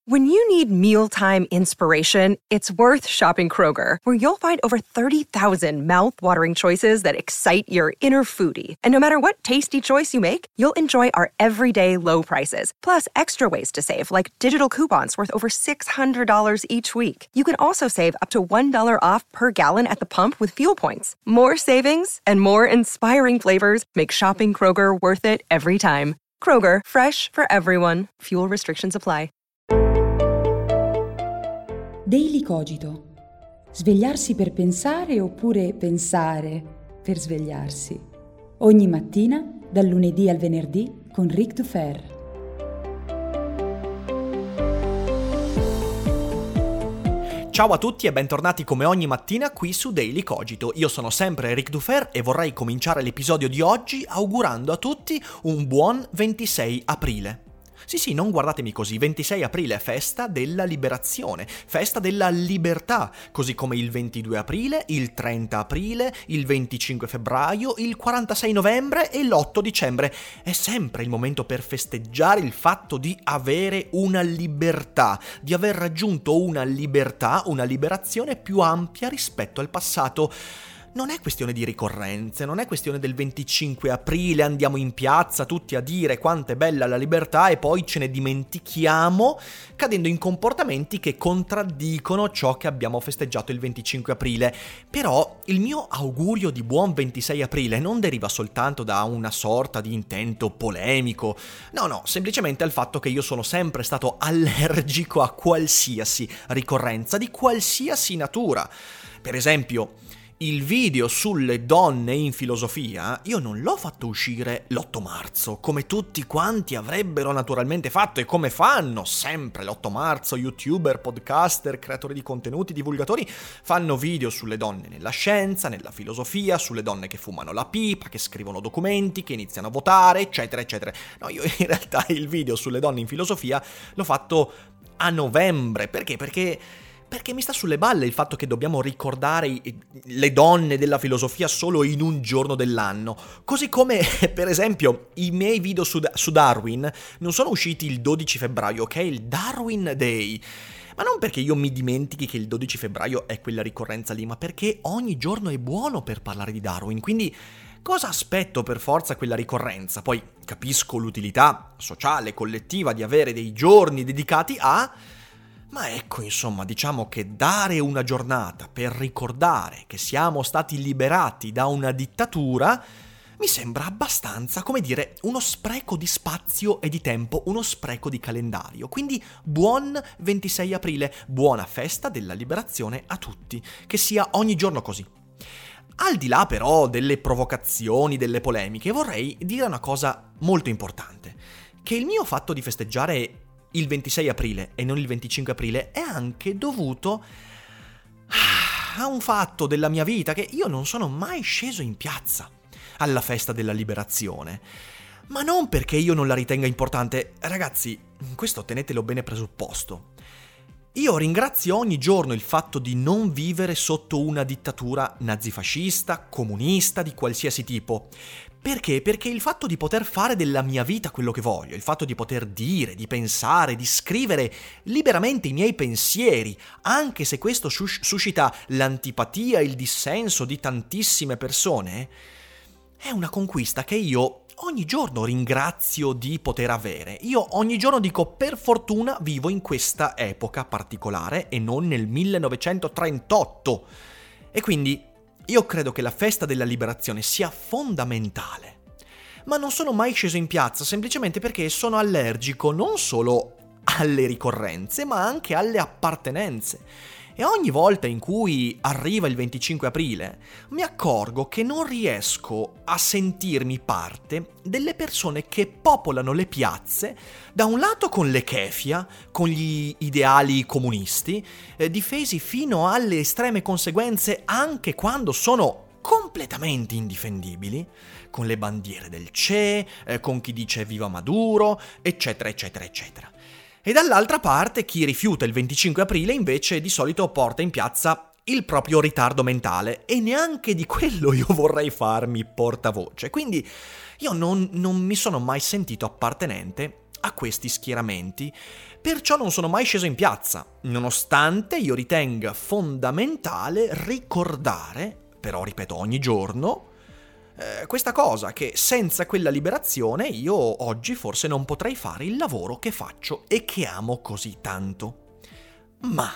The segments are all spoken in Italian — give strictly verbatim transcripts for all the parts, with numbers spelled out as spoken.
When you need mealtime inspiration, it's worth shopping Kroger, where you'll find over thirty thousand mouth-watering choices that excite your inner foodie. And no matter what tasty choice you make, you'll enjoy our everyday low prices, plus extra ways to save, like digital coupons worth over six hundred dollars each week. You can also save up to one dollar off per gallon at the pump with fuel points. More savings and more inspiring flavors make shopping Kroger worth it every time. Kroger, fresh for everyone. Fuel restrictions apply. Daily Cogito. Svegliarsi per pensare oppure pensare per svegliarsi. Ogni mattina, dal lunedì al venerdì, con Ric Dufer. Ciao a tutti e bentornati come ogni mattina qui su Daily Cogito. Io sono sempre Ric Dufer e vorrei cominciare l'episodio di oggi augurando a tutti un buon ventisei aprile. Sì sì, non guardatemi così, ventisei aprile è festa della liberazione, festa della libertà, così come il ventidue aprile, il trenta aprile, il venticinque febbraio, il quarantasei novembre e l'otto dicembre. È sempre il momento per festeggiare il fatto di avere una libertà, di aver raggiunto una libertà, una liberazione più ampia rispetto al passato. Non è questione di ricorrenze, non è questione del venticinque aprile, andiamo in piazza tutti a dire quanto è bella la libertà e poi ce ne dimentichiamo cadendo in comportamenti che contraddicono ciò che abbiamo festeggiato il venticinque aprile. Però il mio augurio di buon ventisei aprile non deriva soltanto da una sorta di intento polemico, no no, semplicemente al fatto che io sono sempre stato allergico a qualsiasi ricorrenza di qualsiasi natura. Per esempio, il video sulle donne in filosofia io non l'ho fatto uscire l'otto marzo, come tutti quanti avrebbero naturalmente fatto e come fanno sempre l'otto marzo youtuber, podcaster, creatori di contenuti, divulgatori, fanno video sulle donne nella scienza, nella filosofia, sulle donne che fumano la pipa, che scrivono documenti, che iniziano a votare, eccetera, eccetera. No, io in realtà il video sulle donne in filosofia l'ho fatto a novembre, perché? Perché... Perché mi sta sulle balle il fatto che dobbiamo ricordare le donne della filosofia solo in un giorno dell'anno. Così come, per esempio, i miei video su, su Darwin non sono usciti il dodici febbraio, ok? Il Darwin Day. Ma non perché io mi dimentichi che il dodici febbraio è quella ricorrenza lì, ma perché ogni giorno è buono per parlare di Darwin. Quindi cosa aspetto per forza quella ricorrenza? Poi capisco l'utilità sociale, collettiva di avere dei giorni dedicati a... Ma ecco, insomma, diciamo che dare una giornata per ricordare che siamo stati liberati da una dittatura mi sembra abbastanza, come dire, uno spreco di spazio e di tempo, uno spreco di calendario. Quindi buon ventisei aprile, buona festa della liberazione a tutti, che sia ogni giorno così. Al di là però delle provocazioni, delle polemiche, vorrei dire una cosa molto importante, che il mio fatto di festeggiare il ventisei aprile e non il venticinque aprile è anche dovuto a un fatto della mia vita, che io non sono mai sceso in piazza alla festa della liberazione. Ma non perché io non la ritenga importante, ragazzi, questo tenetelo bene presupposto. Io ringrazio ogni giorno il fatto di non vivere sotto una dittatura nazifascista, comunista, di qualsiasi tipo. Perché? Perché il fatto di poter fare della mia vita quello che voglio, il fatto di poter dire, di pensare, di scrivere liberamente i miei pensieri, anche se questo sus- suscita l'antipatia e il dissenso di tantissime persone, è una conquista che io ogni giorno ringrazio di poter avere. Io ogni giorno dico, per fortuna vivo in questa epoca particolare e non nel millenovecentotrentotto. E quindi io credo che la festa della liberazione sia fondamentale. Ma non sono mai sceso in piazza semplicemente perché sono allergico non solo alle ricorrenze, ma anche alle appartenenze. E ogni volta in cui arriva il venticinque aprile mi accorgo che non riesco a sentirmi parte delle persone che popolano le piazze, da un lato con le kefia, con gli ideali comunisti, eh, difesi fino alle estreme conseguenze anche quando sono completamente indifendibili, con le bandiere del Che, eh, con chi dice viva Maduro, eccetera, eccetera, eccetera. E dall'altra parte chi rifiuta il venticinque aprile invece di solito porta in piazza il proprio ritardo mentale, e neanche di quello io vorrei farmi portavoce. Quindi io non, non mi sono mai sentito appartenente a questi schieramenti. Perciò non sono mai sceso in piazza, nonostante io ritenga fondamentale ricordare, però ripeto ogni giorno, eh, questa cosa, che senza quella liberazione io oggi forse non potrei fare il lavoro che faccio e che amo così tanto. Ma,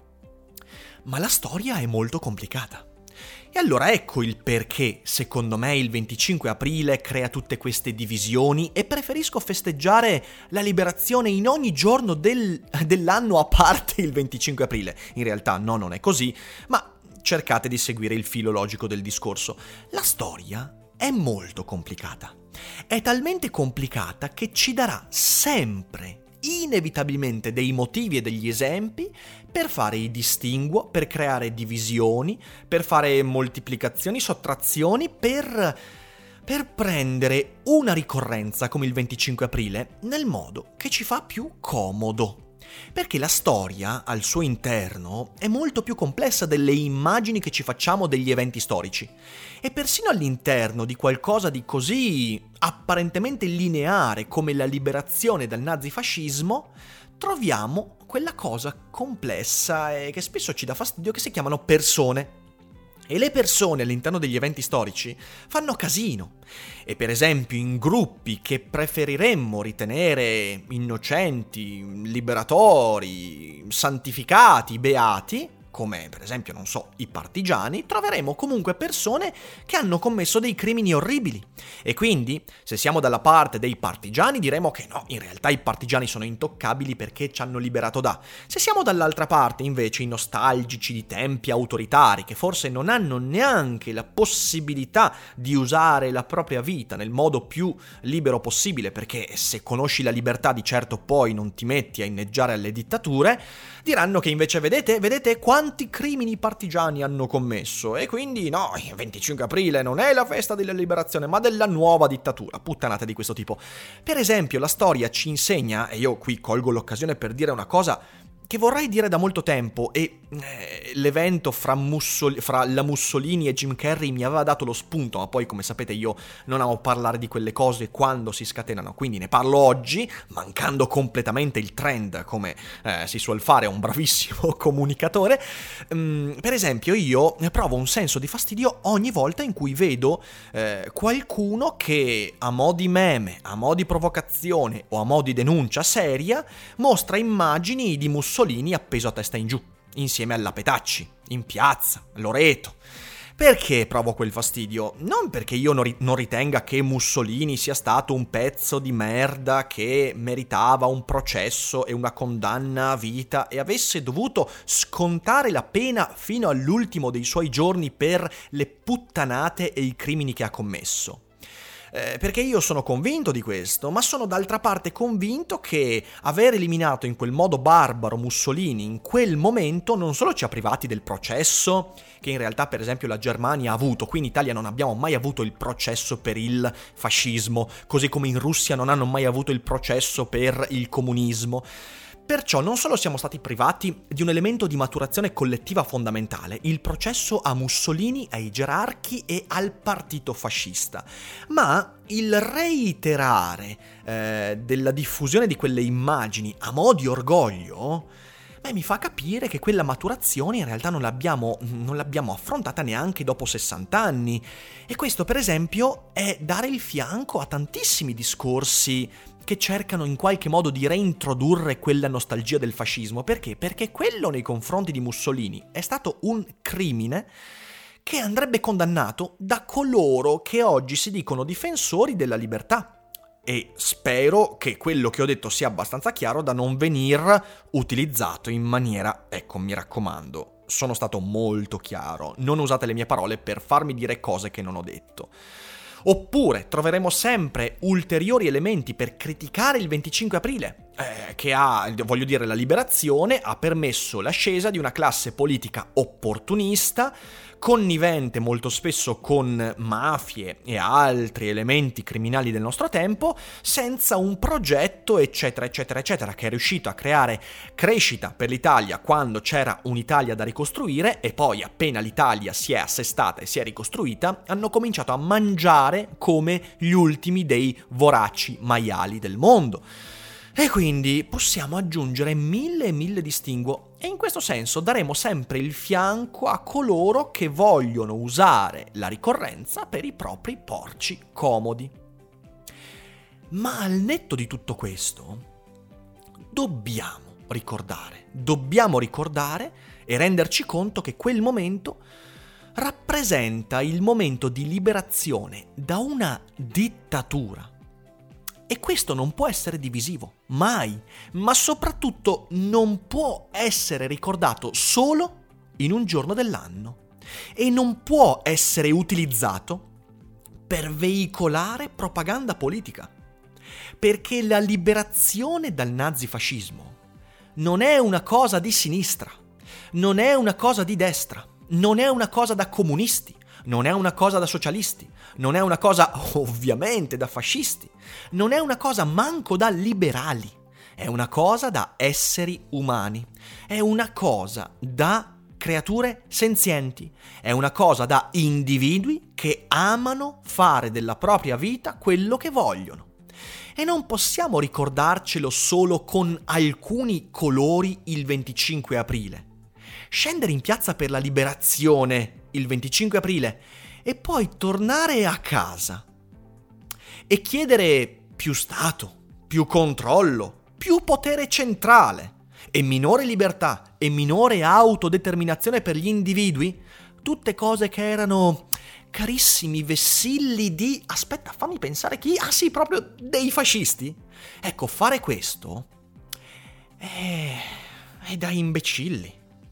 ma la storia è molto complicata. E allora ecco il perché, secondo me, il venticinque aprile crea tutte queste divisioni e preferisco festeggiare la liberazione in ogni giorno del, dell'anno a parte il venticinque aprile. In realtà no, non è così, ma cercate di seguire il filo logico del discorso. La storia è molto complicata. È talmente complicata che ci darà sempre inevitabilmente dei motivi e degli esempi per fare i distinguo, per creare divisioni, per fare moltiplicazioni, sottrazioni, per, per prendere una ricorrenza come il venticinque aprile nel modo che ci fa più comodo. Perché la storia, al suo interno, è molto più complessa delle immagini che ci facciamo degli eventi storici. E persino all'interno di qualcosa di così apparentemente lineare come la liberazione dal nazifascismo, troviamo quella cosa complessa e che spesso ci dà fastidio, che si chiamano persone. E le persone all'interno degli eventi storici fanno casino. E per esempio in gruppi che preferiremmo ritenere innocenti, liberatori, santificati, beati, come per esempio, non so, i partigiani, troveremo comunque persone che hanno commesso dei crimini orribili. E quindi, se siamo dalla parte dei partigiani, diremo che no, in realtà i partigiani sono intoccabili perché ci hanno liberato da. Se siamo dall'altra parte, invece, i nostalgici di tempi autoritari, che forse non hanno neanche la possibilità di usare la propria vita nel modo più libero possibile, perché se conosci la libertà di certo poi non ti metti a inneggiare alle dittature, diranno che invece vedete, vedete quanti crimini i partigiani hanno commesso, e quindi no, il venticinque aprile non è la festa della liberazione ma della nuova dittatura, puttanate di questo tipo. Per esempio la storia ci insegna, e io qui colgo l'occasione per dire una cosa che vorrei dire da molto tempo, e eh, l'evento fra, Mussol- fra la Mussolini e Jim Carrey mi aveva dato lo spunto, ma poi come sapete io non amo parlare di quelle cose quando si scatenano, quindi ne parlo oggi, mancando completamente il trend come eh, si suol fare un bravissimo comunicatore. Um, per esempio io provo un senso di fastidio ogni volta in cui vedo eh, qualcuno che a mo' di meme, a mo' di provocazione o a mo' di denuncia seria mostra immagini di Mussolini Mussolini appeso a testa in giù, insieme alla Petacci, in piazza, Loreto. Perché provo quel fastidio? Non perché io non, ri- non ritenga che Mussolini sia stato un pezzo di merda che meritava un processo e una condanna a vita e avesse dovuto scontare la pena fino all'ultimo dei suoi giorni per le puttanate e i crimini che ha commesso. Eh, perché io sono convinto di questo, ma sono d'altra parte convinto che aver eliminato in quel modo barbaro Mussolini in quel momento non solo ci ha privati del processo, che in realtà per esempio la Germania ha avuto, qui in Italia non abbiamo mai avuto il processo per il fascismo, così come in Russia non hanno mai avuto il processo per il comunismo. Perciò non solo siamo stati privati di un elemento di maturazione collettiva fondamentale, il processo a Mussolini, ai gerarchi e al partito fascista, ma il reiterare eh, della diffusione di quelle immagini a mo' di orgoglio, beh, mi fa capire che quella maturazione in realtà non l'abbiamo, non l'abbiamo affrontata neanche dopo sessanta anni. E questo, per esempio, è dare il fianco a tantissimi discorsi che cercano in qualche modo di reintrodurre quella nostalgia del fascismo. Perché? Perché quello nei confronti di Mussolini è stato un crimine che andrebbe condannato da coloro che oggi si dicono difensori della libertà. E spero che quello che ho detto sia abbastanza chiaro da non venir utilizzato in maniera, ecco, mi raccomando, sono stato molto chiaro, non usate le mie parole per farmi dire cose che non ho detto. Oppure troveremo sempre ulteriori elementi per criticare il venticinque aprile, eh, che ha, voglio dire, la liberazione ha permesso l'ascesa di una classe politica opportunista, connivente molto spesso con mafie e altri elementi criminali del nostro tempo, senza un progetto eccetera eccetera eccetera, che è riuscito a creare crescita per l'Italia quando c'era un'Italia da ricostruire, e poi appena l'Italia si è assestata e si è ricostruita hanno cominciato a mangiare come gli ultimi dei voraci maiali del mondo. E quindi possiamo aggiungere mille e mille distinguo e in questo senso daremo sempre il fianco a coloro che vogliono usare la ricorrenza per i propri porci comodi. Ma al netto di tutto questo, dobbiamo ricordare, dobbiamo ricordare e renderci conto che quel momento rappresenta il momento di liberazione da una dittatura. E questo non può essere divisivo, mai, ma soprattutto non può essere ricordato solo in un giorno dell'anno e non può essere utilizzato per veicolare propaganda politica, perché la liberazione dal nazifascismo non è una cosa di sinistra, non è una cosa di destra, non è una cosa da comunisti, non è una cosa da socialisti, non è una cosa ovviamente da fascisti, non è una cosa manco da liberali, è una cosa da esseri umani, è una cosa da creature senzienti, è una cosa da individui che amano fare della propria vita quello che vogliono. E non possiamo ricordarcelo solo con alcuni colori il venticinque aprile. Scendere in piazza per la liberazione il venticinque aprile e poi tornare a casa e chiedere più Stato, più controllo, più potere centrale e minore libertà e minore autodeterminazione per gli individui, tutte cose che erano carissimi vessilli di, aspetta, fammi pensare chi, ah sì, proprio dei fascisti. Ecco, fare questo è, è da imbecilli.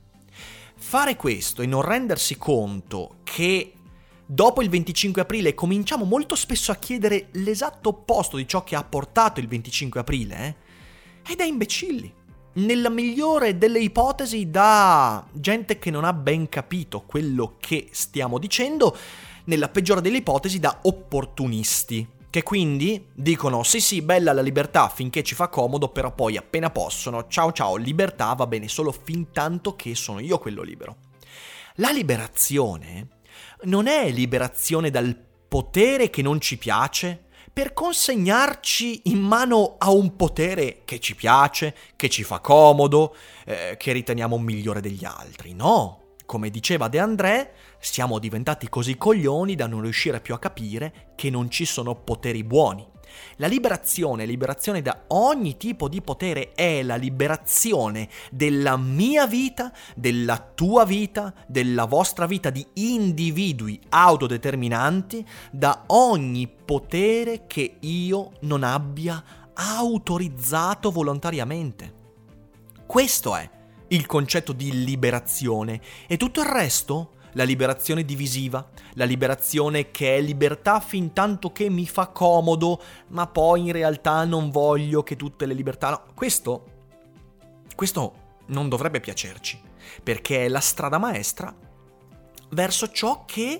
Fare questo e non rendersi conto che dopo il venticinque aprile cominciamo molto spesso a chiedere l'esatto opposto di ciò che ha portato il venticinque aprile, eh, è da imbecilli. Nella migliore delle ipotesi da gente che non ha ben capito quello che stiamo dicendo, nella peggiore delle ipotesi da opportunisti, che quindi dicono sì sì, bella la libertà finché ci fa comodo, però poi appena possono, ciao ciao, libertà va bene solo fin tanto che sono io quello libero. La liberazione non è liberazione dal potere che non ci piace per consegnarci in mano a un potere che ci piace, che ci fa comodo, eh, che riteniamo migliore degli altri. No, come diceva De André, siamo diventati così coglioni da non riuscire più a capire che non ci sono poteri buoni. La liberazione, liberazione da ogni tipo di potere è la liberazione della mia vita, della tua vita, della vostra vita di individui autodeterminanti da ogni potere che io non abbia autorizzato volontariamente. Questo è il concetto di liberazione e tutto il resto, la liberazione divisiva, la liberazione che è libertà fin tanto che mi fa comodo, ma poi in realtà non voglio che tutte le libertà... No, questo, questo non dovrebbe piacerci, perché è la strada maestra verso ciò che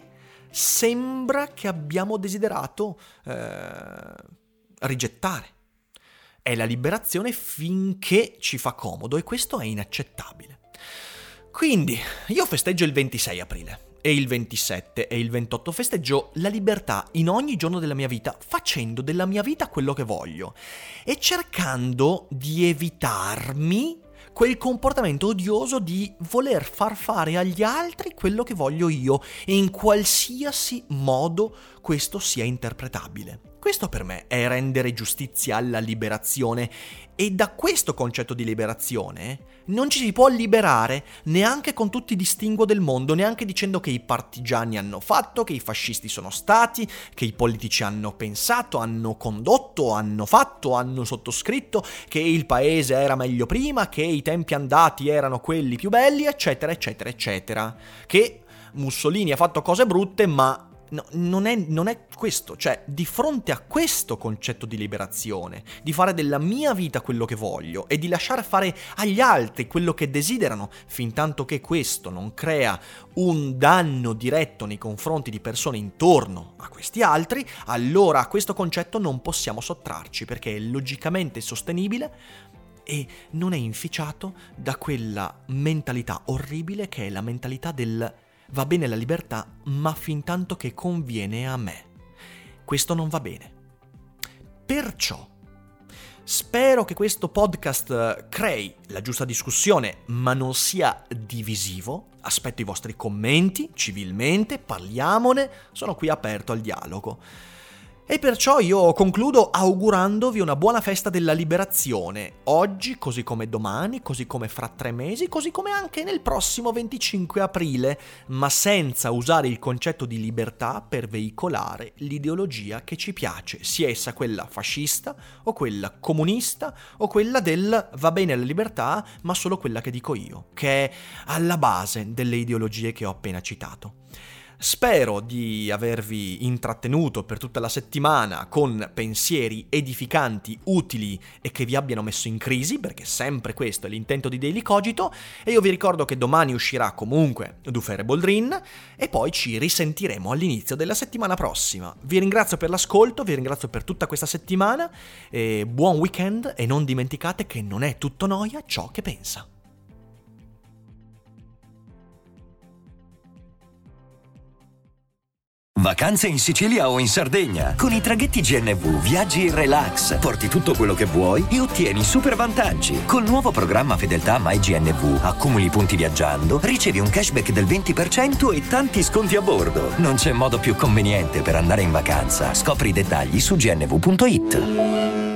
sembra che abbiamo desiderato eh, rigettare. È la liberazione finché ci fa comodo e questo è inaccettabile. Quindi, io festeggio il ventisei aprile e il ventisette e il ventotto festeggio la libertà in ogni giorno della mia vita, facendo della mia vita quello che voglio e cercando di evitarmi quel comportamento odioso di voler far fare agli altri quello che voglio io, in qualsiasi modo questo sia interpretabile. Questo per me è rendere giustizia alla liberazione e da questo concetto di liberazione non ci si può liberare neanche con tutti i distinguo del mondo, neanche dicendo che i partigiani hanno fatto, che i fascisti sono stati, che i politici hanno pensato, hanno condotto, hanno fatto, hanno sottoscritto, che il paese era meglio prima, che i tempi andati erano quelli più belli, eccetera, eccetera, eccetera. Che Mussolini ha fatto cose brutte, ma... No, non è, non è questo, cioè di fronte a questo concetto di liberazione, di fare della mia vita quello che voglio e di lasciare fare agli altri quello che desiderano, fin tanto che questo non crea un danno diretto nei confronti di persone intorno a questi altri, allora a questo concetto non possiamo sottrarci perché è logicamente sostenibile e non è inficiato da quella mentalità orribile che è la mentalità del va bene la libertà, ma fin tanto che conviene a me. Questo non va bene. Perciò, Spero che questo podcast crei la giusta discussione, ma non sia divisivo. Aspetto i vostri commenti, civilmente, parliamone, sono qui aperto al dialogo. E perciò io concludo augurandovi una buona festa della liberazione, oggi, così come domani, così come fra tre mesi, così come anche nel prossimo venticinque aprile, ma senza usare il concetto di libertà per veicolare l'ideologia che ci piace, sia essa quella fascista o quella comunista o quella del va bene la libertà, ma solo quella che dico io, che è alla base delle ideologie che ho appena citato. Spero di avervi intrattenuto per tutta la settimana con pensieri edificanti, utili e che vi abbiano messo in crisi, perché sempre questo è l'intento di Daily Cogito, e io vi ricordo che domani uscirà comunque Dufer e Boldrin e poi ci risentiremo all'inizio della settimana prossima. Vi ringrazio per l'ascolto, vi ringrazio per tutta questa settimana, e buon weekend e non dimenticate che non è tutto noia ciò che pensa. Vacanze in Sicilia o in Sardegna. Con i traghetti G N V viaggi in relax, porti tutto quello che vuoi e ottieni super vantaggi. Col nuovo programma Fedeltà MyGNV accumuli punti viaggiando, ricevi un cashback del venti per cento e tanti sconti a bordo. Non c'è modo più conveniente per andare in vacanza. Scopri i dettagli su gnv punto it.